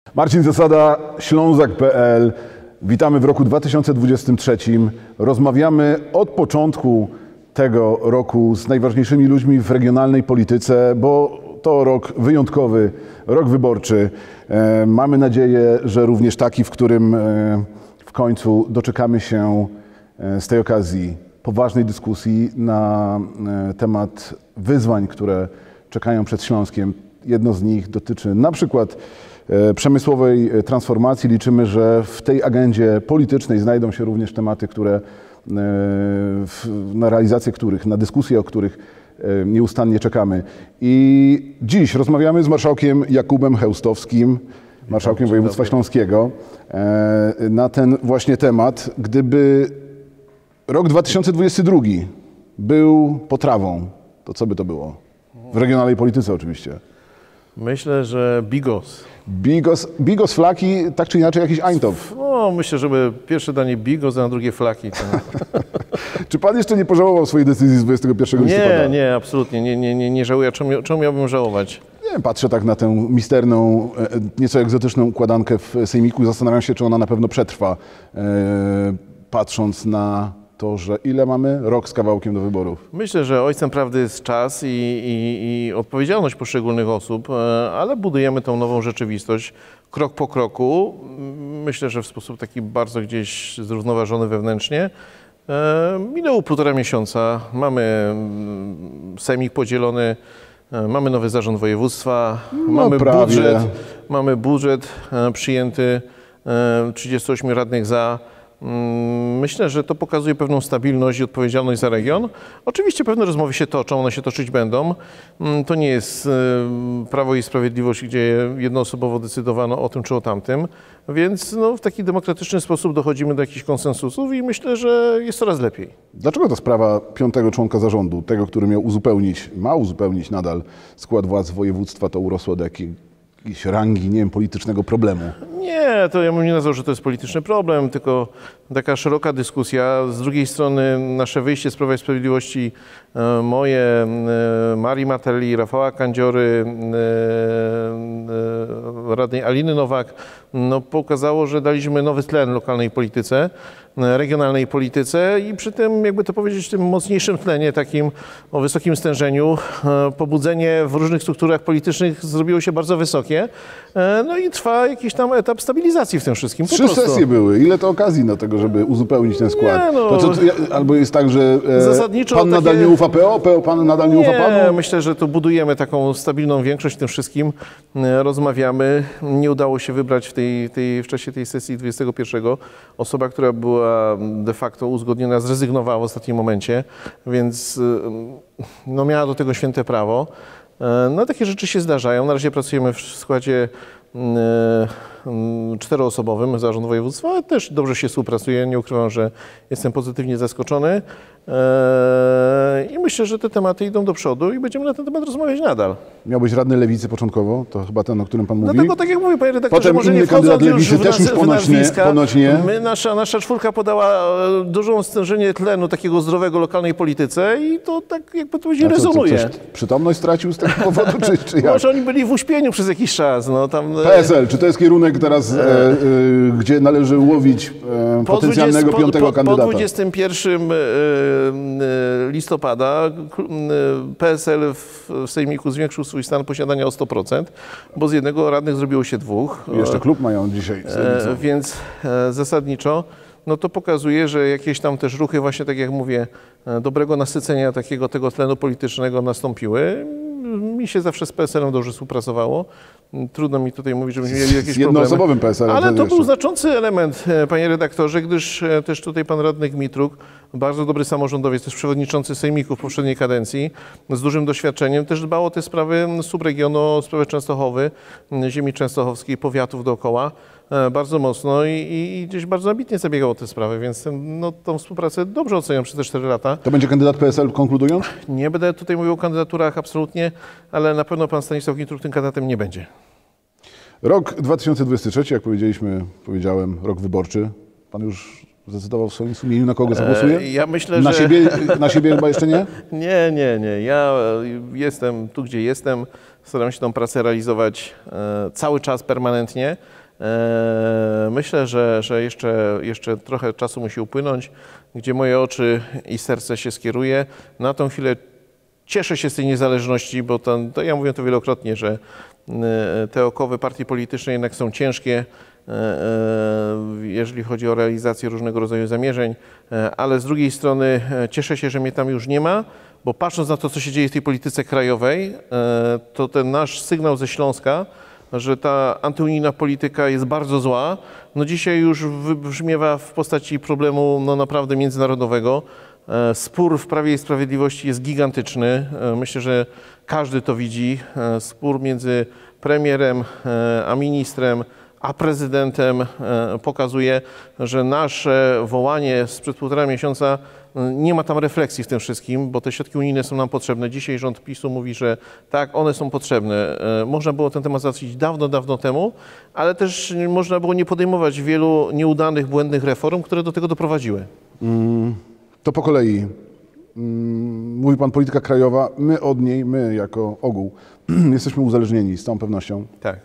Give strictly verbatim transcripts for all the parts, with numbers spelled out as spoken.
Marcin Zasada, Ślązak kropka pe el. Witamy w roku dwa tysiące dwudziestym trzecim. Rozmawiamy od początku tego roku z najważniejszymi ludźmi w regionalnej polityce, bo to rok wyjątkowy, rok wyborczy. E, mamy nadzieję, że również taki, w którym e, w końcu doczekamy się e, z tej okazji poważnej dyskusji na e, temat wyzwań, które czekają przed Śląskiem. Jedno z nich dotyczy na przykład przemysłowej transformacji. Liczymy, że w tej agendzie politycznej znajdą się również tematy, które, na realizację których, na dyskusję o których nieustannie czekamy. I dziś rozmawiamy z marszałkiem Jakubem Chełstowskim, marszałkiem województwa śląskiego, na ten właśnie temat. Gdyby rok dwa tysiące dwudziesty drugi był potrawą, to co by to było? W regionalnej polityce oczywiście. Myślę, że bigos. Bigos, bigos, flaki, tak czy inaczej jakiś Eintopf. No, myślę, żeby pierwsze danie bigos, a na drugie flaki. To... Czy pan jeszcze nie pożałował swojej decyzji z dwudziestego pierwszego listopada? Nie, nie, absolutnie. Nie, nie, nie, nie żałuję. Czemu, czemu miałbym żałować? Nie, patrzę tak na tę misterną, nieco egzotyczną układankę w Sejmiku i zastanawiam się, czy ona na pewno przetrwa, e, patrząc na to, że ile mamy? Rok z kawałkiem do wyborów. Myślę, że ojcem prawdy jest czas i, i, i odpowiedzialność poszczególnych osób, ale budujemy tą nową rzeczywistość krok po kroku. Myślę, że w sposób taki bardzo gdzieś zrównoważony wewnętrznie. Minęło półtora miesiąca, mamy sejmik podzielony, mamy nowy zarząd województwa, no, mamy prawie. budżet, mamy budżet przyjęty, trzydziestu ośmiu radnych za. Myślę, że to pokazuje pewną stabilność i odpowiedzialność za region. Oczywiście pewne rozmowy się toczą, one się toczyć będą. To nie jest Prawo i Sprawiedliwość, gdzie jednoosobowo decydowano o tym czy o tamtym, więc no, w taki demokratyczny sposób dochodzimy do jakichś konsensusów i myślę, że jest coraz lepiej. Dlaczego ta sprawa piątego członka zarządu, tego, który miał uzupełnić, ma uzupełnić nadal skład władz województwa, to urosło do jakiej jakiejś rangi, nie wiem, politycznego problemu? Nie, to ja bym nie nazwał, że to jest polityczny problem, tylko taka szeroka dyskusja. Z drugiej strony nasze wyjście z Prawa i Sprawiedliwości, moje, Marii Matelli, Rafała Kandziory, radnej Aliny Nowak, no, pokazało, że daliśmy nowy tlen lokalnej polityce, regionalnej polityce i przy tym, jakby to powiedzieć, w tym mocniejszym tlenie, takim o wysokim stężeniu, pobudzenie w różnych strukturach politycznych zrobiło się bardzo wysokie. No i trwa jakiś tam etap stabilizacji w tym wszystkim. Po Trzy prostu. sesje były. Ile to okazji do tego, żeby uzupełnić ten skład? Nie, no, to, to, albo jest tak, że e, zasadniczo pan takie... nadal nie ufa P O, P O pan nadal nie, nie ufa panu? Myślę, że tu budujemy taką stabilną większość w tym wszystkim. Rozmawiamy. Nie udało się wybrać w, tej, tej, w czasie tej sesji dwudziestego pierwszego osoba, która była de facto uzgodniona, zrezygnowała w ostatnim momencie, więc no, miała do tego święte prawo. No takie rzeczy się zdarzają. Na razie pracujemy w składzie czteroosobowym zarządu województwa, ale też dobrze się współpracuje. Nie ukrywam, że jestem pozytywnie zaskoczony i myślę, że te tematy idą do przodu i będziemy na ten temat rozmawiać nadal. Miał być radny Lewicy początkowo, to chyba ten, o którym pan mówi. Dlatego, tak jak mówię, panie redaktorze, Potem może inny nie wchodząc już Lewicy w, też już w ponoć nie, nazwiska, ponoć nie. My, nasza, nasza czwórka podała dużą stężenie tlenu takiego zdrowego lokalnej polityce i to tak jakby to się rezonuje. Co, coś przytomność stracił z tego powodu, czy, czy jak? Może oni byli w uśpieniu przez jakiś czas. No, tam, P S L, czy to jest kierunek teraz, e, e, gdzie należy łowić e, potencjalnego po, piątego po, kandydata? Po dwudziestego pierwszego listopada P S L w Sejmiku zwiększył swój stan posiadania o sto procent, bo z jednego radnych zrobiło się dwóch. I jeszcze klub mają dzisiaj. E, więc e, zasadniczo no to pokazuje, że jakieś tam też ruchy, właśnie tak jak mówię, dobrego nasycenia takiego tego tlenu politycznego nastąpiły. Mi się zawsze z P S L-em dobrze współpracowało. Trudno mi tutaj mówić, żebyśmy mieli jakieś z jednoosobowym P S L-em. Ale to jeszcze. był znaczący element, panie redaktorze, gdyż też tutaj pan radny Gmitruk, bardzo dobry samorządowiec, też przewodniczący sejmiku w poprzedniej kadencji, z dużym doświadczeniem, też dbał o te sprawy subregionu, sprawę Częstochowy, ziemi częstochowskiej, powiatów dookoła bardzo mocno i, i gdzieś bardzo ambitnie zabiegał o te sprawy, więc no, tą współpracę dobrze oceniam przez te cztery lata. To będzie kandydat P S L, konkludując? Nie będę tutaj mówił o kandydaturach absolutnie, ale na pewno pan Stanisław Gmitruk tym kandydatem nie będzie. Rok dwa tysiące dwudziesty trzeci, jak powiedzieliśmy, powiedziałem, rok wyborczy. Pan już zdecydował w swoim sumieniu, na kogo zagłosuje? Ja myślę, na że... Siebie, na siebie chyba jeszcze nie? Nie, nie, nie. Ja jestem tu, gdzie jestem. Staramy się tę pracę realizować cały czas, permanentnie. Myślę, że, że jeszcze, jeszcze trochę czasu musi upłynąć, gdzie moje oczy i serce się skieruje. Na tą chwilę cieszę się z tej niezależności, bo to, to ja mówię to wielokrotnie, że te okowy partii politycznej jednak są ciężkie, jeżeli chodzi o realizację różnego rodzaju zamierzeń, ale z drugiej strony cieszę się, że mnie tam już nie ma, bo patrząc na to, co się dzieje w tej polityce krajowej, to ten nasz sygnał ze Śląska, że ta antyunijna polityka jest bardzo zła, no dzisiaj już wybrzmiewa w postaci problemu no naprawdę międzynarodowego. Spór w Prawie i Sprawiedliwości jest gigantyczny. Myślę, że każdy to widzi. Spór między premierem a ministrem, a prezydentem pokazuje, że nasze wołanie sprzed półtora miesiąca nie ma tam refleksji w tym wszystkim, bo te środki unijne są nam potrzebne. Dzisiaj rząd PiSu mówi, że tak, one są potrzebne. Można było ten temat załatwić dawno, dawno temu, ale też można było nie podejmować wielu nieudanych, błędnych reform, które do tego doprowadziły. Mm, to po kolei. Mm, mówi pan polityka krajowa. My od niej, my jako ogół, jesteśmy uzależnieni z całą pewnością. Tak.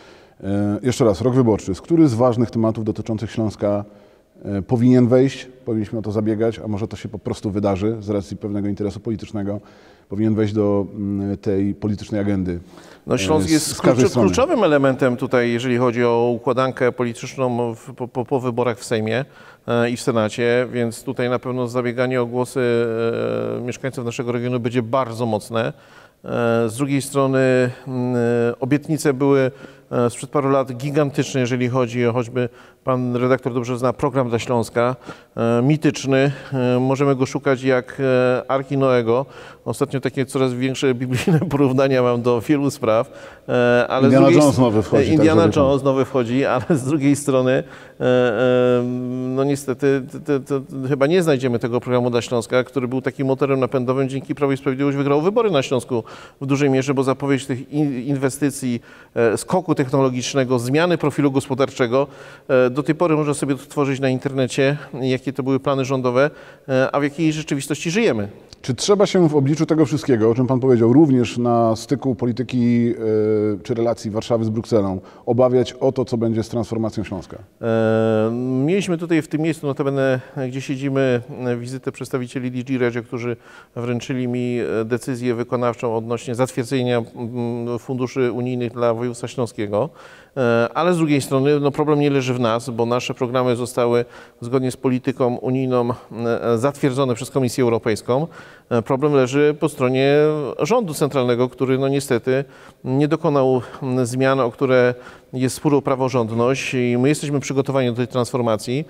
E, jeszcze raz, rok wyborczy. Z który z ważnych tematów dotyczących Śląska e, powinien wejść, powinniśmy o to zabiegać, a może to się po prostu wydarzy z racji pewnego interesu politycznego, powinien wejść do m, tej politycznej agendy? No Śląsk jest klucz, kluczowym elementem tutaj, jeżeli chodzi o układankę polityczną w, po, po wyborach w Sejmie e, i w Senacie, więc tutaj na pewno zabieganie o głosy e, mieszkańców naszego regionu będzie bardzo mocne. E, z drugiej strony e, obietnice były sprzed paru lat gigantyczny, jeżeli chodzi o choćby, pan redaktor dobrze zna, program dla Śląska, e, mityczny. E, możemy go szukać jak e, Arki Noego. Ostatnio takie coraz większe biblijne porównania mam do wielu spraw. E, ale Indiana drugiej, Jones nowy wchodzi. Indiana tak, Jones nowy wchodzi, ale z drugiej strony e, e, no niestety to, to, to chyba nie znajdziemy tego programu dla Śląska, który był takim motorem napędowym. Dzięki Prawu i Sprawiedliwość wygrał wybory na Śląsku w dużej mierze, bo zapowiedź tych inwestycji, e, skoku technologicznego, zmiany profilu gospodarczego. Do tej pory można sobie to tworzyć na internecie, jakie to były plany rządowe, a w jakiej rzeczywistości żyjemy. Czy trzeba się w obliczu tego wszystkiego, o czym pan powiedział, również na styku polityki yy, czy relacji Warszawy z Brukselą, obawiać o to, co będzie z transformacją Śląska? E, mieliśmy tutaj w tym miejscu, notabene, gdzie siedzimy, wizytę przedstawicieli D G Regio, którzy wręczyli mi decyzję wykonawczą odnośnie zatwierdzenia funduszy unijnych dla województwa śląskiego. Ale z drugiej strony no problem nie leży w nas, bo nasze programy zostały zgodnie z polityką unijną zatwierdzone przez Komisję Europejską. Problem leży po stronie rządu centralnego, który no niestety nie dokonał zmian, o które jest spór o praworządność i my jesteśmy przygotowani do tej transformacji.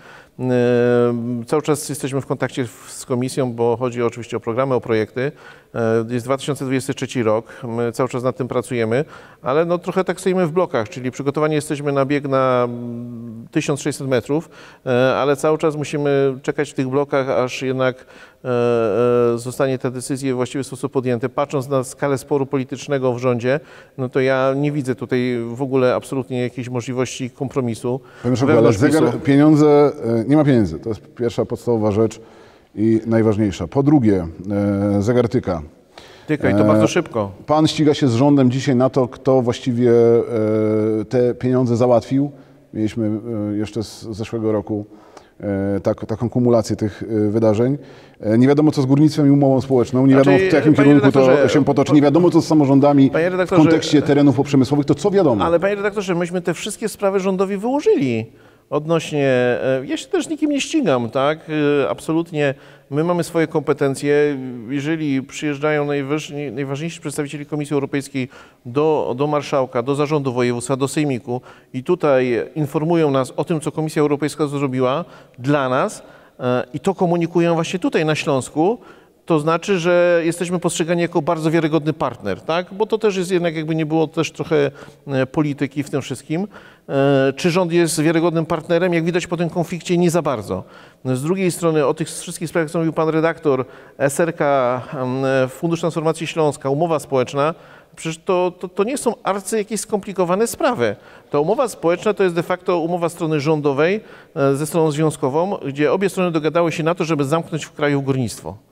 Cały czas jesteśmy w kontakcie z Komisją, bo chodzi oczywiście o programy, o projekty. Jest dwa tysiące dwudziesty trzeci rok, my cały czas nad tym pracujemy, ale no trochę tak stoimy w blokach, czyli przygotowani jesteśmy na bieg na tysiąc sześćset metrów, ale cały czas musimy czekać w tych blokach, aż jednak zostanie ta decyzja w właściwy sposób podjęta. Patrząc na skalę sporu politycznego w rządzie, no to ja nie widzę tutaj w ogóle absolutnie jakiejś możliwości kompromisu. Panie Marszałku, ale zegar, pieniądze, nie ma pieniędzy. To jest pierwsza podstawowa rzecz i najważniejsza. Po drugie, zegar tyka. Tyka i to bardzo szybko. Pan ściga się z rządem dzisiaj na to, kto właściwie te pieniądze załatwił. Mieliśmy jeszcze z zeszłego roku Tak, taką kumulację tych wydarzeń. Nie wiadomo, co z górnictwem i umową społeczną, nie wiadomo, w jakim kierunku to się potoczy, nie wiadomo, co z samorządami w kontekście terenów poprzemysłowych, to co wiadomo? Ale panie redaktorze, myśmy te wszystkie sprawy rządowi wyłożyli odnośnie, ja się też nikim nie ścigam, tak, absolutnie, my mamy swoje kompetencje, jeżeli przyjeżdżają najważniejsi przedstawiciele Komisji Europejskiej do, do marszałka, do zarządu województwa, do sejmiku i tutaj informują nas o tym, co Komisja Europejska zrobiła dla nas i to komunikują właśnie tutaj na Śląsku, to znaczy, że jesteśmy postrzegani jako bardzo wiarygodny partner, tak? Bo to też jest jednak, jakby nie było też trochę polityki w tym wszystkim. Czy rząd jest wiarygodnym partnerem? Jak widać po tym konflikcie nie za bardzo. Z drugiej strony o tych wszystkich sprawach, co mówił pan redaktor, S R K, Fundusz Transformacji Śląska, umowa społeczna, przecież to, to, to nie są arcy jakieś skomplikowane sprawy. Ta umowa społeczna to jest de facto umowa strony rządowej ze stroną związkową, gdzie obie strony dogadały się na to, żeby zamknąć w kraju górnictwo.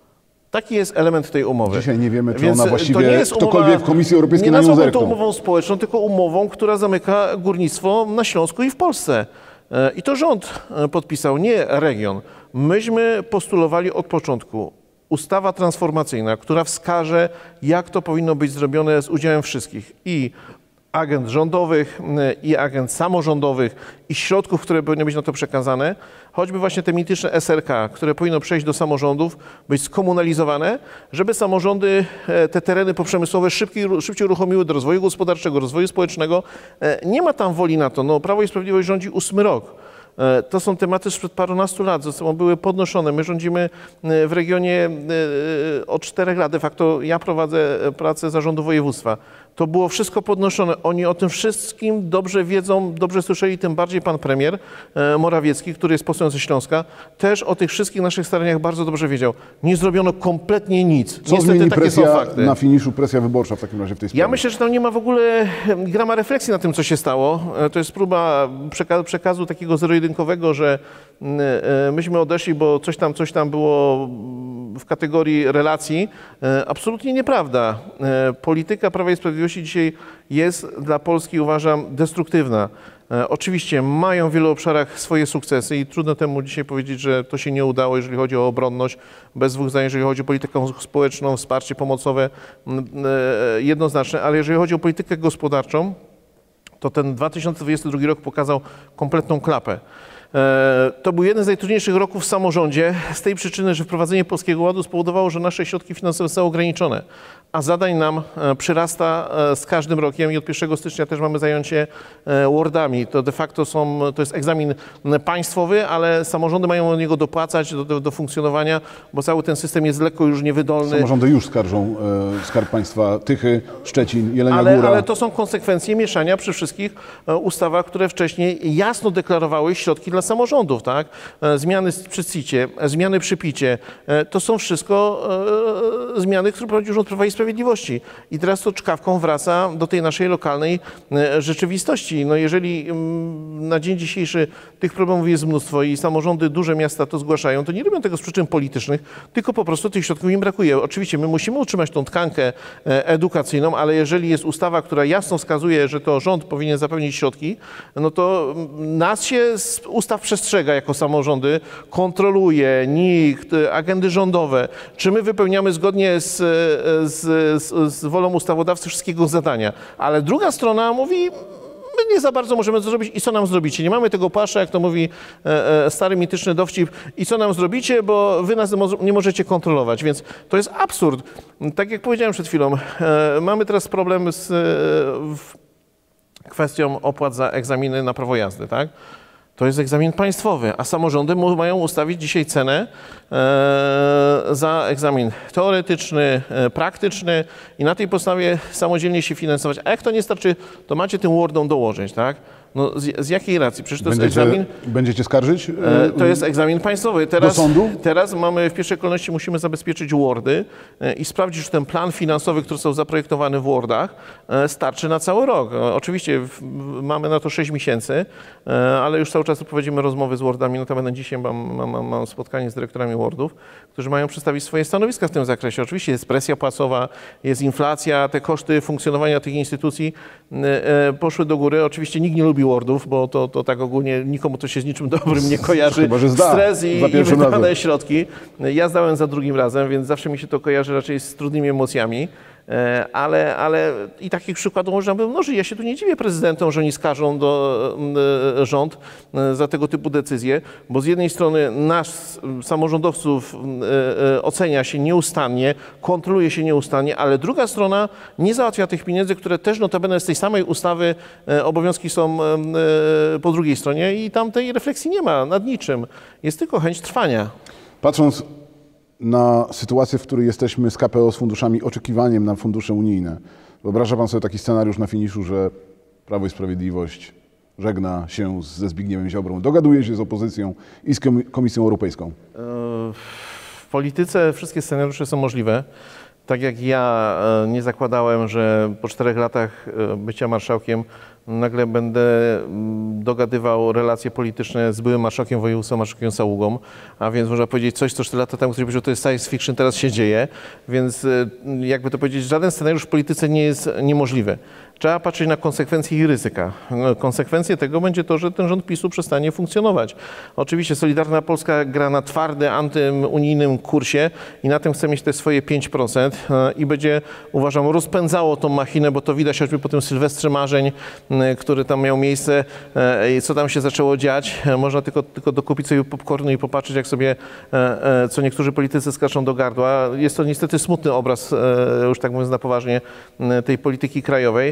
Taki jest element tej umowy. Dzisiaj nie wiemy, czy Więc ona właściwie, to nie jest umowa, ktokolwiek w Komisji Europejskiej nie na nią nazwałbym to zerknął. umową społeczną, tylko umową, która zamyka górnictwo na Śląsku i w Polsce. I to rząd podpisał, nie region. Myśmy postulowali od początku ustawa transformacyjna, która wskaże, jak to powinno być zrobione z udziałem wszystkich i agent rządowych, i agent samorządowych, i środków, które powinny być na to przekazane, choćby właśnie te mityczne S R K, które powinno przejść do samorządów, być skomunalizowane, żeby samorządy te tereny poprzemysłowe szybciej, szybciej uruchomiły do rozwoju gospodarczego, rozwoju społecznego. Nie ma tam woli na to. No, Prawo i Sprawiedliwość rządzi ósmy rok. To są tematy sprzed parunastu lat, ze sobą były podnoszone. My rządzimy w regionie od czterech lat. De facto ja prowadzę pracę zarządu województwa. To było wszystko podnoszone. Oni o tym wszystkim dobrze wiedzą, dobrze słyszeli, tym bardziej pan premier Morawiecki, który jest posłem ze Śląska, też o tych wszystkich naszych staraniach bardzo dobrze wiedział. Nie zrobiono kompletnie nic. Co Niestety zmieni takie presja są fakty. na finiszu, presja wyborcza w takim razie w tej sprawie? Ja myślę, że tam nie ma w ogóle grama refleksji na tym, co się stało. To jest próba przeka- przekazu takiego zero-jedynkowego, że myśmy odeszli, bo coś tam, coś tam było w kategorii relacji. Absolutnie nieprawda. Polityka Prawa i Sprawiedliwości dzisiaj jest dla Polski, uważam, destruktywna. Oczywiście mają w wielu obszarach swoje sukcesy i trudno temu dzisiaj powiedzieć, że to się nie udało, jeżeli chodzi o obronność. Bez dwóch zdań, jeżeli chodzi o politykę społeczną, wsparcie pomocowe, jednoznaczne, ale jeżeli chodzi o politykę gospodarczą, to ten dwa tysiące dwudziesty drugi rok pokazał kompletną klapę. To był jeden z najtrudniejszych roków w samorządzie z tej przyczyny, że wprowadzenie Polskiego Ładu spowodowało, że nasze środki finansowe są ograniczone, a zadań nam przyrasta z każdym rokiem i od pierwszego stycznia też mamy zajęcie Wordami. To de facto są, to jest egzamin państwowy, ale samorządy mają od niego dopłacać do, do, do funkcjonowania, bo cały ten system jest lekko już niewydolny. Samorządy już skarżą e, Skarb Państwa Tychy, Szczecin, Jelenia Ale, Góra. ale to są konsekwencje mieszania przy wszystkich ustawach, które wcześniej jasno deklarowały środki dla samorządów, tak? Zmiany przy C I T-cie, zmiany przy P I T-cie, to są wszystko e, zmiany, które prowadzi rząd Prawa i Sprawiedliwości. I teraz to czkawką wraca do tej naszej lokalnej e, rzeczywistości. No jeżeli m, na dzień dzisiejszy tych problemów jest mnóstwo i samorządy, duże miasta to zgłaszają, to nie robią tego z przyczyn politycznych, tylko po prostu tych środków im brakuje. Oczywiście my musimy utrzymać tą tkankę e, edukacyjną, ale jeżeli jest ustawa, która jasno wskazuje, że to rząd powinien zapewnić środki, no to nas się z ustaw przestrzega jako samorządy, kontroluje N I K, agendy rządowe, czy my wypełniamy zgodnie z, z, z, z wolą ustawodawcy wszystkiego zadania. Ale druga strona mówi, my nie za bardzo możemy to zrobić i co nam zrobicie? Nie mamy tego pasza, jak to mówi e, e, stary mityczny dowcip, i co nam zrobicie, bo wy nas nie możecie kontrolować. Więc to jest absurd. Tak jak powiedziałem przed chwilą, e, mamy teraz problem z e, kwestią opłat za egzaminy na prawo jazdy, tak? To jest egzamin państwowy, a samorządy mają ustawić dzisiaj cenę e, za egzamin teoretyczny, e, praktyczny i na tej podstawie samodzielnie się finansować. A jak to nie starczy, to macie tym Wordom dołożyć, tak? No z, z jakiej racji? Przecież to Będziecie, jest egzamin... Będziecie skarżyć? E, to jest egzamin państwowy. Teraz, do sądu? Teraz mamy w pierwszej kolejności musimy zabezpieczyć Wordy e, i sprawdzić, czy ten plan finansowy, który są zaprojektowany w Wordach, e, starczy na cały rok. E, oczywiście w, mamy na to sześć miesięcy, e, ale już cały czas prowadzimy rozmowy z Wordami. Notabene dzisiaj mam, mam, mam spotkanie z dyrektorami Wordów, którzy mają przedstawić swoje stanowiska w tym zakresie. Oczywiście jest presja płacowa, jest inflacja, te koszty funkcjonowania tych instytucji e, e, poszły do góry. Oczywiście nikt nie lubi Wordów, bo to, to tak ogólnie nikomu to się z niczym dobrym nie kojarzy. Chyba że zda, Stres i, za i pierwszym wydane razem. środki. Ja zdałem za drugim razem, więc zawsze mi się to kojarzy raczej z trudnymi emocjami. Ale, ale i takich przykładów można by mnożyć. Ja się tu nie dziwię prezydentom, że oni skarżą do e, rząd e, za tego typu decyzje, bo z jednej strony nas, samorządowców, e, e, ocenia się nieustannie, kontroluje się nieustannie, ale druga strona nie załatwia tych pieniędzy, które też notabene z tej samej ustawy e, obowiązki są e, e, po drugiej stronie i tam tej refleksji nie ma nad niczym. Jest tylko chęć trwania. Patrząc na sytuację, w której jesteśmy z K P O, z funduszami, oczekiwaniem na fundusze unijne. Wyobraża pan sobie taki scenariusz na finiszu, że Prawo i Sprawiedliwość żegna się ze Zbigniewem Ziobrą, dogaduje się z opozycją i z Komisją Europejską? W polityce wszystkie scenariusze są możliwe. Tak jak ja nie zakładałem, że po czterech latach bycia marszałkiem nagle będę dogadywał relacje polityczne z byłym marszałkiem województwa, marszałkiem Saługą, a więc można powiedzieć coś, co cztery lata temu ktoś powiedział, to jest science fiction, teraz się dzieje, więc jakby to powiedzieć, żaden scenariusz w polityce nie jest niemożliwy. Trzeba patrzeć na konsekwencje i ryzyka. Konsekwencje tego będzie to, że ten rząd PiSu przestanie funkcjonować. Oczywiście Solidarna Polska gra na twardy, antyunijnym kursie i na tym chce mieć te swoje pięć procent i będzie, uważam, rozpędzało tą machinę, bo to widać choćby po tym Sylwestrze Marzeń, który tam miał miejsce i co tam się zaczęło dziać. Można tylko, tylko dokupić sobie popcornu i popatrzeć, jak sobie, co niektórzy politycy skaczą do gardła. Jest to niestety smutny obraz, już tak mówiąc na poważnie, tej polityki krajowej.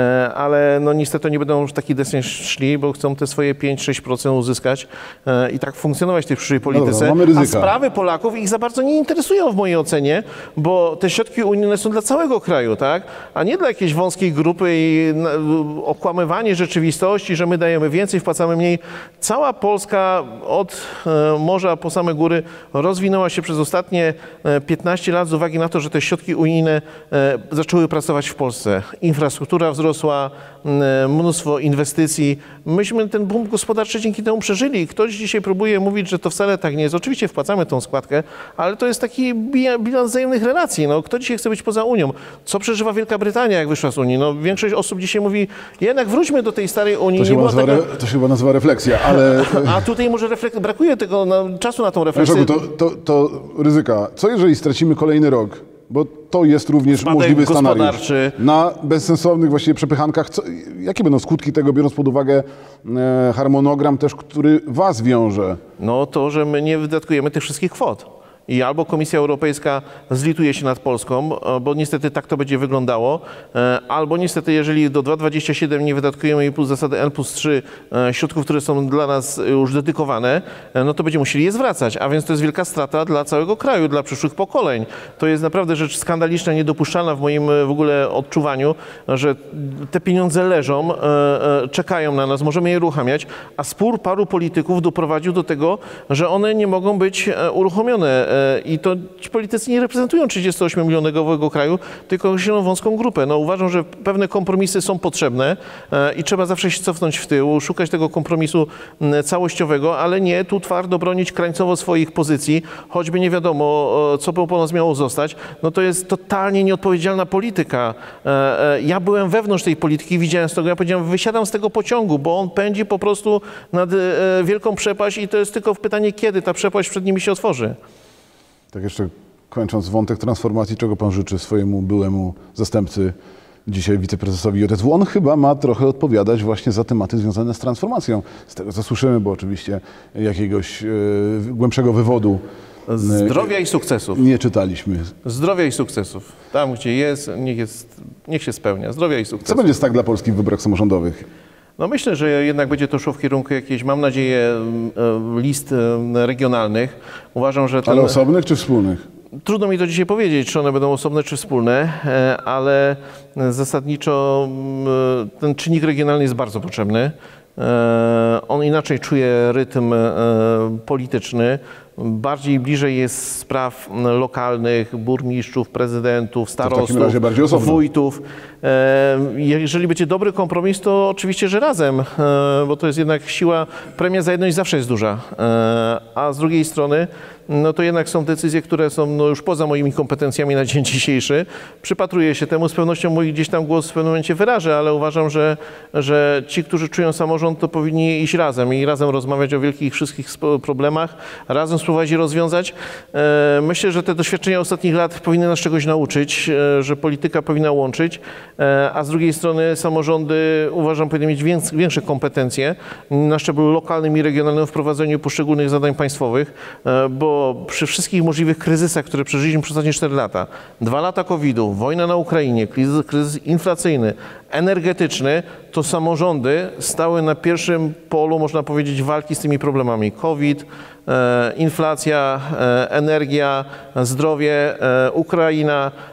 Ale no niestety nie będą już taki deseń szli, bo chcą te swoje pięć sześć procent uzyskać i tak funkcjonować w tej przyszłej polityce. Dobra, mamy a ryzyka. sprawy Polaków ich za bardzo nie interesują w mojej ocenie, bo te środki unijne są dla całego kraju, tak? A nie dla jakiejś wąskiej grupy i okłamywanie rzeczywistości, że my dajemy więcej, wpłacamy mniej. Cała Polska od morza po same góry rozwinęła się przez ostatnie piętnaście lat z uwagi na to, że te środki unijne zaczęły pracować w Polsce. Infrastruktura wzrosła, mnóstwo inwestycji. Myśmy ten boom gospodarczy dzięki temu przeżyli. Ktoś dzisiaj próbuje mówić, że to wcale tak nie jest. Oczywiście wpłacamy tą składkę, ale to jest taki bilans wzajemnych relacji. No, kto dzisiaj chce być poza Unią? Co przeżywa Wielka Brytania, jak wyszła z Unii? No, większość osób dzisiaj mówi, jednak wróćmy do tej starej Unii. To się, nie była nazywa, taka... re, to się chyba nazywa refleksja, ale... A tutaj może reflek... brakuje tego na, czasu na tą refleksję. To, to, to ryzyka. Co jeżeli stracimy kolejny rok? Bo to jest również Spadek możliwy scenariusz. gospodarczy. Na bezsensownych właściwie przepychankach. Co, jakie będą skutki tego, biorąc pod uwagę e, harmonogram też, który was wiąże? No to, że my nie wydatkujemy tych wszystkich kwot. I albo Komisja Europejska zlituje się nad Polską, bo niestety tak to będzie wyglądało, albo niestety jeżeli do dwa tysiące dwudziestego siódmego nie wydatkujemy plus zasady N plus trzy środków, które są dla nas już dedykowane, no to będziemy musieli je zwracać, a więc to jest wielka strata dla całego kraju, dla przyszłych pokoleń. To jest naprawdę rzecz skandaliczna, niedopuszczalna w moim w ogóle odczuwaniu, że te pieniądze leżą, czekają na nas, możemy je uruchamiać, a spór paru polityków doprowadził do tego, że one nie mogą być uruchomione. I to ci politycy nie reprezentują trzydziestoośmiomilionowego kraju, tylko określoną wąską grupę. No, uważam, że pewne kompromisy są potrzebne i trzeba zawsze się cofnąć w tył, szukać tego kompromisu całościowego, ale nie tu twardo bronić krańcowo swoich pozycji, choćby nie wiadomo, co by po nas miało zostać. No to jest totalnie nieodpowiedzialna polityka. Ja byłem wewnątrz tej polityki, widziałem z tego, ja powiedziałem, wysiadam z tego pociągu, bo on pędzi po prostu nad wielką przepaść i to jest tylko pytanie, kiedy ta przepaść przed nimi się otworzy. Tak jeszcze kończąc wątek transformacji, czego pan życzy swojemu byłemu zastępcy, dzisiaj wiceprezesowi J S W? On chyba ma trochę odpowiadać właśnie za tematy związane z transformacją. Z tego co słyszymy, bo oczywiście jakiegoś e, głębszego wywodu zdrowia i sukcesów. Nie czytaliśmy. Zdrowia i sukcesów. Tam, gdzie jest, niech, jest, niech się spełnia. Zdrowia i sukcesów. Co będzie tak dla Polski w wyborach samorządowych? No myślę, że jednak będzie to szło w kierunku jakiejś, mam nadzieję, list regionalnych. Uważam, że ten... Ale osobnych czy wspólnych? Trudno mi to dzisiaj powiedzieć, czy one będą osobne, czy wspólne, ale zasadniczo ten czynnik regionalny jest bardzo potrzebny. On inaczej czuje rytm polityczny. Bardziej bliżej jest spraw lokalnych, burmistrzów, prezydentów, starostów, wójtów. Jeżeli będzie dobry kompromis, to oczywiście, że razem, bo to jest jednak siła, premia za jedność zawsze jest duża. A z drugiej strony, no to jednak są decyzje, które są no już poza moimi kompetencjami na dzień dzisiejszy. Przypatruję się temu, z pewnością mój gdzieś tam głos w pewnym momencie wyrażę, ale uważam, że, że ci, którzy czują samorząd, to powinni iść razem i razem rozmawiać o wielkich wszystkich problemach, razem spróbować je rozwiązać. Myślę, że te doświadczenia ostatnich lat powinny nas czegoś nauczyć, że polityka powinna łączyć, a z drugiej strony samorządy, uważam, powinny mieć większe kompetencje na szczeblu lokalnym i regionalnym w prowadzeniu poszczególnych zadań państwowych, bo przy wszystkich możliwych kryzysach, które przeżyliśmy przez ostatnie cztery lata, dwa lata kowida, wojna na Ukrainie, kryzys, kryzys inflacyjny, energetyczny, to samorządy stały na pierwszym polu, można powiedzieć, walki z tymi problemami. COVID, e, inflacja, e, energia, zdrowie, e, Ukraina.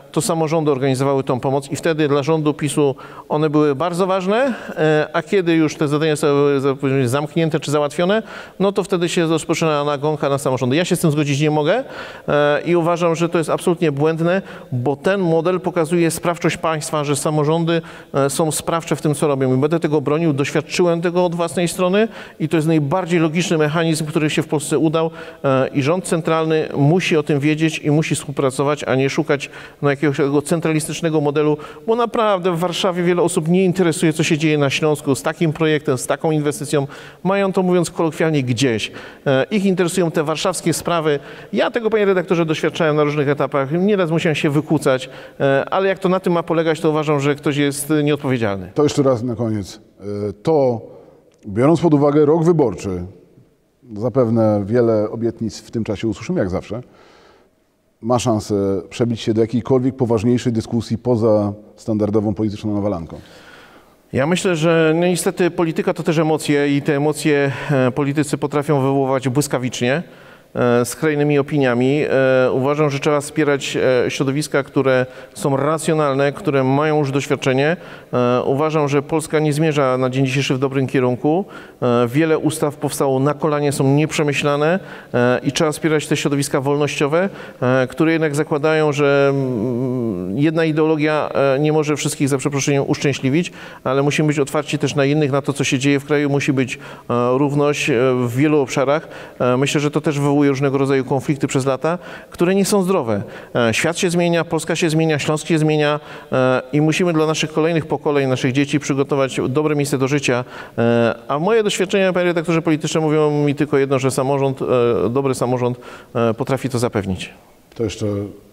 to samorządy organizowały tą pomoc i wtedy dla rządu PiSu one były bardzo ważne, a kiedy już te zadania zostały zamknięte czy załatwione, no to wtedy się rozpoczyna nagonka na samorządy. Ja się z tym zgodzić nie mogę i uważam, że to jest absolutnie błędne, bo ten model pokazuje sprawczość państwa, że samorządy są sprawcze w tym, co robią. I będę tego bronił, doświadczyłem tego od własnej strony i to jest najbardziej logiczny mechanizm, który się w Polsce udał i rząd centralny musi o tym wiedzieć i musi współpracować, a nie szukać no, jakiegoś takiego centralistycznego modelu, bo naprawdę w Warszawie wiele osób nie interesuje, co się dzieje na Śląsku z takim projektem, z taką inwestycją. Mają to, mówiąc kolokwialnie, gdzieś. Ich interesują te warszawskie sprawy. Ja tego, panie redaktorze, doświadczałem na różnych etapach. Nieraz musiałem się wykłócać, ale jak to na tym ma polegać, to uważam, że ktoś jest nieodpowiedzialny. To jeszcze raz na koniec. To, biorąc pod uwagę rok wyborczy, zapewne wiele obietnic w tym czasie usłyszymy, jak zawsze, ma szansę przebić się do jakiejkolwiek poważniejszej dyskusji poza standardową polityczną nawalanką? Ja myślę, że no niestety polityka to też emocje i te emocje politycy potrafią wywoływać błyskawicznie, skrajnymi opiniami. Uważam, że trzeba wspierać środowiska, które są racjonalne, które mają już doświadczenie. Uważam, że Polska nie zmierza na dzień dzisiejszy w dobrym kierunku. Wiele ustaw powstało na kolanie, są nieprzemyślane i trzeba wspierać te środowiska wolnościowe, które jednak zakładają, że jedna ideologia nie może wszystkich, za przeproszeniem, uszczęśliwić, ale musimy być otwarci też na innych, na to, co się dzieje w kraju. Musi być równość w wielu obszarach. Myślę, że to też wywołuje różnego rodzaju konflikty przez lata, które nie są zdrowe. Świat się zmienia, Polska się zmienia, Śląsk się zmienia i musimy dla naszych kolejnych pokoleń, naszych dzieci przygotować dobre miejsce do życia. A moje doświadczenia, panie redaktorze, polityczne mówią mi tylko jedno, że samorząd, dobry samorząd potrafi to zapewnić. To jeszcze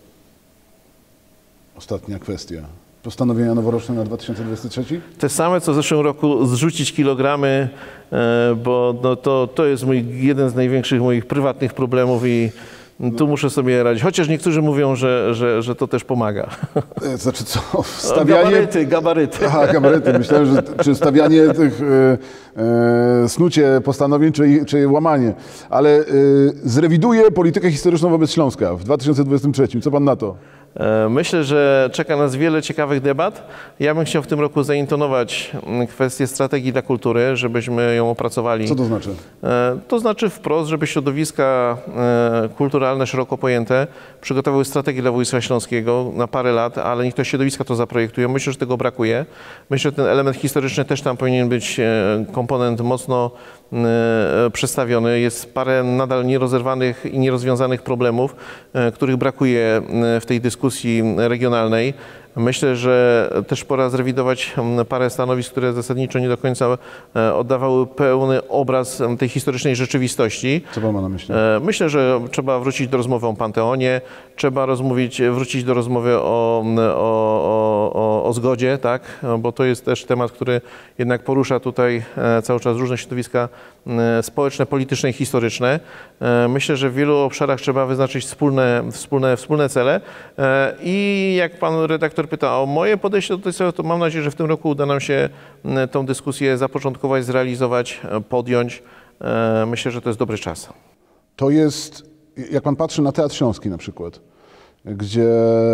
ostatnia kwestia. Postanowienia noworoczne na dwa tysiące dwudziesty trzeci? Te same, co w zeszłym roku, zrzucić kilogramy, bo no to, to jest mój, jeden z największych moich prywatnych problemów i tu muszę sobie radzić. Chociaż niektórzy mówią, że, że, że to też pomaga. Znaczy co? Stawianie... Gabaryty, gabaryty. Aha, gabaryty. Myślałem, że czy stawianie tych, e, e, snucie postanowień, czy, czy łamanie. Ale e, zrewiduję politykę historyczną wobec Śląska w dwa tysiące dwudziestym trzecim. Co pan na to? Myślę, że czeka nas wiele ciekawych debat. Ja bym chciał w tym roku zaintonować kwestię strategii dla kultury, żebyśmy ją opracowali. Co to znaczy? To znaczy wprost, żeby środowiska kulturalne, szeroko pojęte, przygotowały strategię dla województwa śląskiego na parę lat, ale niech te środowiska to zaprojektują. Myślę, że tego brakuje. Myślę, że ten element historyczny też tam powinien być komponent mocno przedstawiony. Jest parę nadal nierozerwanych i nierozwiązanych problemów, których brakuje w tej dyskusji regionalnej. Myślę, że też pora zrewidować parę stanowisk, które zasadniczo nie do końca oddawały pełny obraz tej historycznej rzeczywistości. Co pan ma na myśli? Myślę, że trzeba wrócić do rozmowy o Panteonie, trzeba rozmówić, wrócić do rozmowy o, o, o, o zgodzie, tak? Bo to jest też temat, który jednak porusza tutaj cały czas różne środowiska społeczne, polityczne i historyczne. Myślę, że w wielu obszarach trzeba wyznaczyć wspólne, wspólne, wspólne cele i jak pan redaktor pyta o moje podejście do tego, to mam nadzieję, że w tym roku uda nam się tą dyskusję zapoczątkować, zrealizować, podjąć. Myślę, że to jest dobry czas. To jest, jak pan patrzy na Teatr Śląski na przykład, gdzie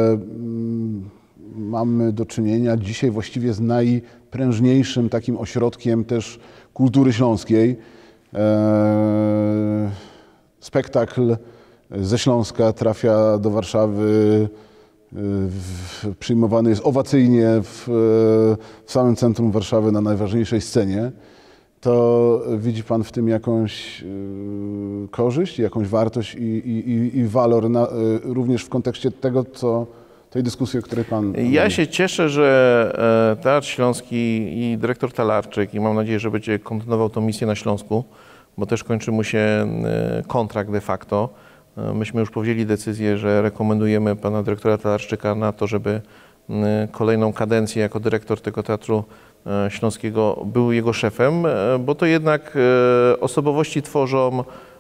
mamy do czynienia dzisiaj właściwie z najprężniejszym takim ośrodkiem też kultury śląskiej. Spektakl ze Śląska trafia do Warszawy, przyjmowany jest owacyjnie w, w samym centrum Warszawy na najważniejszej scenie. To widzi pan w tym jakąś y, korzyść, jakąś wartość i, i, i walor na, y, również w kontekście tego, co tej dyskusji, o której pan... Ja się cieszę, że Teatr Śląski i dyrektor Talarczyk, i mam nadzieję, że będzie kontynuował tą misję na Śląsku, bo też kończy mu się kontrakt de facto. Myśmy już podjęli decyzję, że rekomendujemy pana dyrektora Talarczyka na to, żeby kolejną kadencję jako dyrektor tego Teatru Śląskiego był jego szefem, bo to jednak osobowości tworzą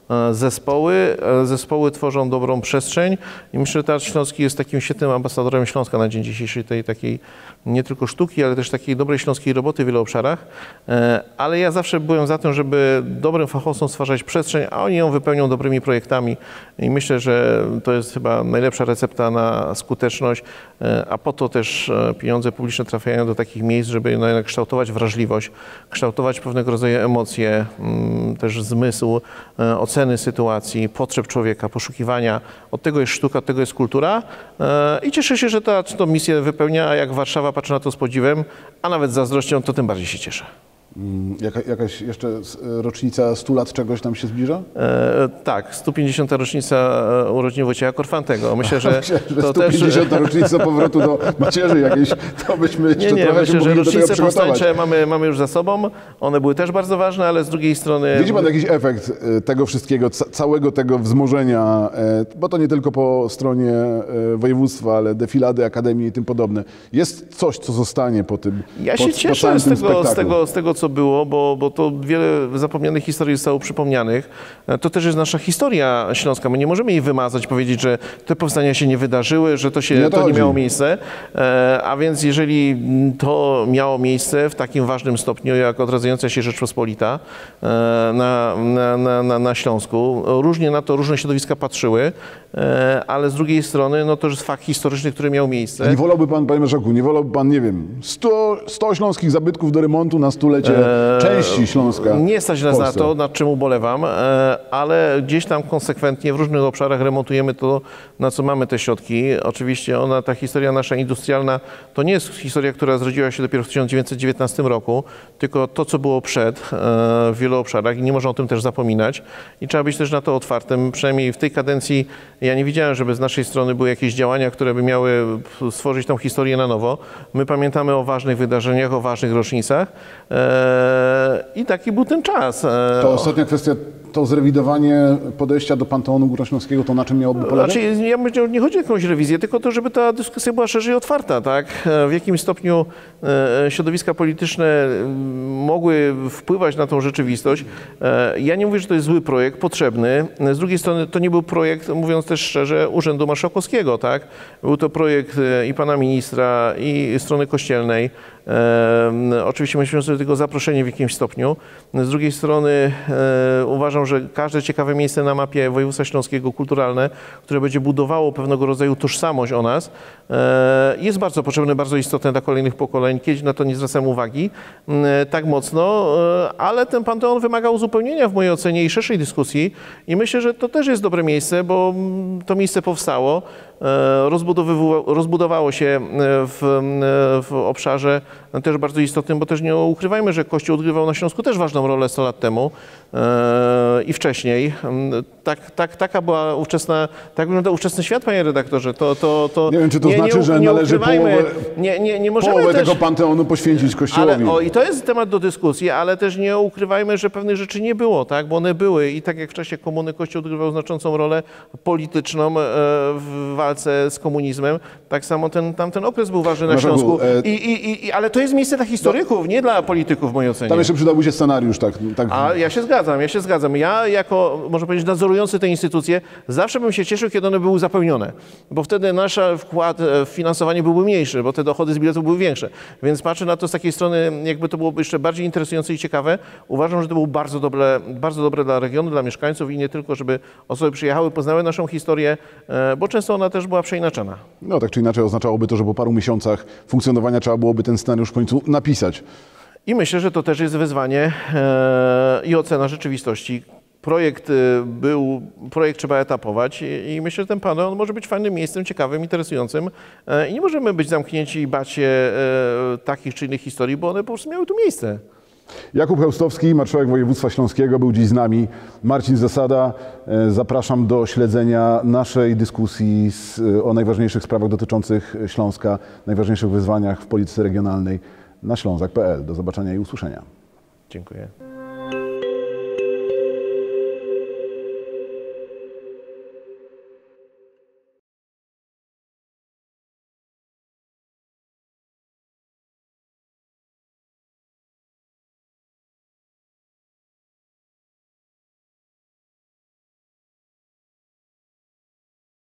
zespoły. Zespoły tworzą dobrą przestrzeń i myślę, że Teatr Śląski jest takim świetnym ambasadorem Śląska na dzień dzisiejszy, tej takiej nie tylko sztuki, ale też takiej dobrej śląskiej roboty w wielu obszarach. Ale ja zawsze byłem za tym, żeby dobrym fachowcom stwarzać przestrzeń, a oni ją wypełnią dobrymi projektami i myślę, że to jest chyba najlepsza recepta na skuteczność, a po to też pieniądze publiczne trafiają do takich miejsc, żeby no, jednak kształtować wrażliwość, kształtować pewnego rodzaju emocje, też zmysł oceny sytuacji, potrzeb człowieka, poszukiwania. Od tego jest sztuka, od tego jest kultura i cieszę się, że ta tą misję wypełnia, a jak Warszawa patrzy na to z podziwem, a nawet z zazdrością, to tym bardziej się cieszę. Jaka, jakaś jeszcze rocznica stu lat czegoś tam się zbliża? E, tak, sto pięćdziesiąta rocznica urodzin Wojciecha Korfantego. Myślę, że, myślę, że to sto pięćdziesiąta też... rocznica powrotu do macierzy jakiejś, to byśmy jeszcze nie, nie, trochę myślę, się że mogli do tego rocznice przygotować. powstańcze mamy, mamy już za sobą. One były też bardzo ważne, ale z drugiej strony... Widzi pan jakiś efekt tego wszystkiego, ca całego tego wzmożenia, bo to nie tylko po stronie województwa, ale defilady, akademii i tym podobne. Jest coś, co zostanie po tym Ja po, się po cieszę z tym tego, z, tego, z tego, co było, bo, bo to wiele zapomnianych historii zostało przypomnianych. To też jest nasza historia śląska. My nie możemy jej wymazać, powiedzieć, że te powstania się nie wydarzyły, że to, się, Nie to to nie chodzi. miało miejsce. A więc jeżeli to miało miejsce w takim ważnym stopniu, jak odradzająca się Rzeczpospolita na, na, na, na, na Śląsku, różnie na to różne środowiska patrzyły, ale z drugiej strony no to jest fakt historyczny, który miał miejsce. A nie wolałby pan, panie marszałku, nie wolałby pan, nie wiem, sto, sto śląskich zabytków do remontu na stulecie eee, części Śląska? Nie stać nas na to, nad czym ubolewam, ale gdzieś tam konsekwentnie w różnych obszarach remontujemy to, na co mamy te środki. Oczywiście ona, ta historia nasza industrialna, to nie jest historia, która zrodziła się dopiero w tysiąc dziewięćset dziewiętnastym roku, tylko to, co było przed w wielu obszarach i nie można o tym też zapominać. I trzeba być też na to otwartym, przynajmniej w tej kadencji ja nie widziałem, żeby z naszej strony były jakieś działania, które by miały stworzyć tą historię na nowo. My pamiętamy o ważnych wydarzeniach, o ważnych rocznicach i taki był ten czas. To ostatnia kwestia, to zrewidowanie podejścia do Panteonu Górnośląskiego, to na czym miałoby polegać? Znaczy, ja myślę, nie chodzi o jakąś rewizję, tylko to, żeby ta dyskusja była szerzej otwarta, tak? W jakim stopniu środowiska polityczne mogły wpływać na tą rzeczywistość. Ja nie mówię, że to jest zły projekt, potrzebny. Z drugiej strony to nie był projekt, mówiąc też szczerze, Urzędu Marszałkowskiego, tak? Był to projekt i pana ministra, i strony kościelnej. E, oczywiście myśmy sobie do tego zaproszeni w jakimś stopniu. Z drugiej strony e, uważam, że każde ciekawe miejsce na mapie województwa śląskiego kulturalne, które będzie budowało pewnego rodzaju tożsamość o nas, e, jest bardzo potrzebne, bardzo istotne dla kolejnych pokoleń. Kiedyś na to nie zwracałem uwagi e, tak mocno, e, ale ten Panteon wymaga uzupełnienia w mojej ocenie i szerszej dyskusji i myślę, że to też jest dobre miejsce, bo to miejsce powstało, e, rozbudowało się w, w obszarze też bardzo istotnym, bo też nie ukrywajmy, że Kościół odgrywał na Śląsku też ważną rolę sto lat temu e, i wcześniej. Tak, tak, taka była ówczesna, tak wyglądał ówczesny świat, panie redaktorze. To, to, to nie wiem, czy to nie, znaczy, nie, że nie należy połowę, nie, nie, nie możemy połowę też, tego Panteonu poświęcić Kościołowi. Ale, o, i to jest temat do dyskusji, ale też nie ukrywajmy, że pewnych rzeczy nie było, tak? Bo one były i tak jak w czasie komuny Kościół odgrywał znaczącą rolę polityczną e, w walce z komunizmem, tak samo ten, tamten okres był ważny na Śląsku. I, i, i, ale to jest miejsce dla historyków, nie dla polityków w mojej ocenie. Tam jeszcze przydałby się scenariusz, tak? tak. A ja się zgadzam, ja się zgadzam. Ja jako, można powiedzieć, nadzorujący te instytucje, zawsze bym się cieszył, kiedy one były uzupełnione, bo wtedy nasz wkład w finansowanie byłby mniejszy, bo te dochody z biletów były większe. Więc patrzę na to z takiej strony, jakby to byłoby jeszcze bardziej interesujące i ciekawe. Uważam, że to było bardzo dobre, bardzo dobre dla regionu, dla mieszkańców i nie tylko, żeby osoby przyjechały, poznały naszą historię, bo często ona też była przeinaczana. No tak czy inaczej oznaczałoby to, że po paru miesiącach funkcjonowania trzeba byłoby ten scenariusz w końcu napisać. I myślę, że to też jest wyzwanie e, i ocena rzeczywistości. Projekt był, projekt trzeba etapować i, i myślę, że ten panel może być fajnym miejscem, ciekawym, interesującym e, i nie możemy być zamknięci i bać się e, takich czy innych historii, bo one po prostu miały tu miejsce. Jakub Chełstowski, marszałek województwa śląskiego, był dziś z nami. Marcin Zasada. Zapraszam do śledzenia naszej dyskusji z, o najważniejszych sprawach dotyczących Śląska, najważniejszych wyzwaniach w polityce regionalnej na ślązak kropka pe el. Do zobaczenia i usłyszenia. Dziękuję.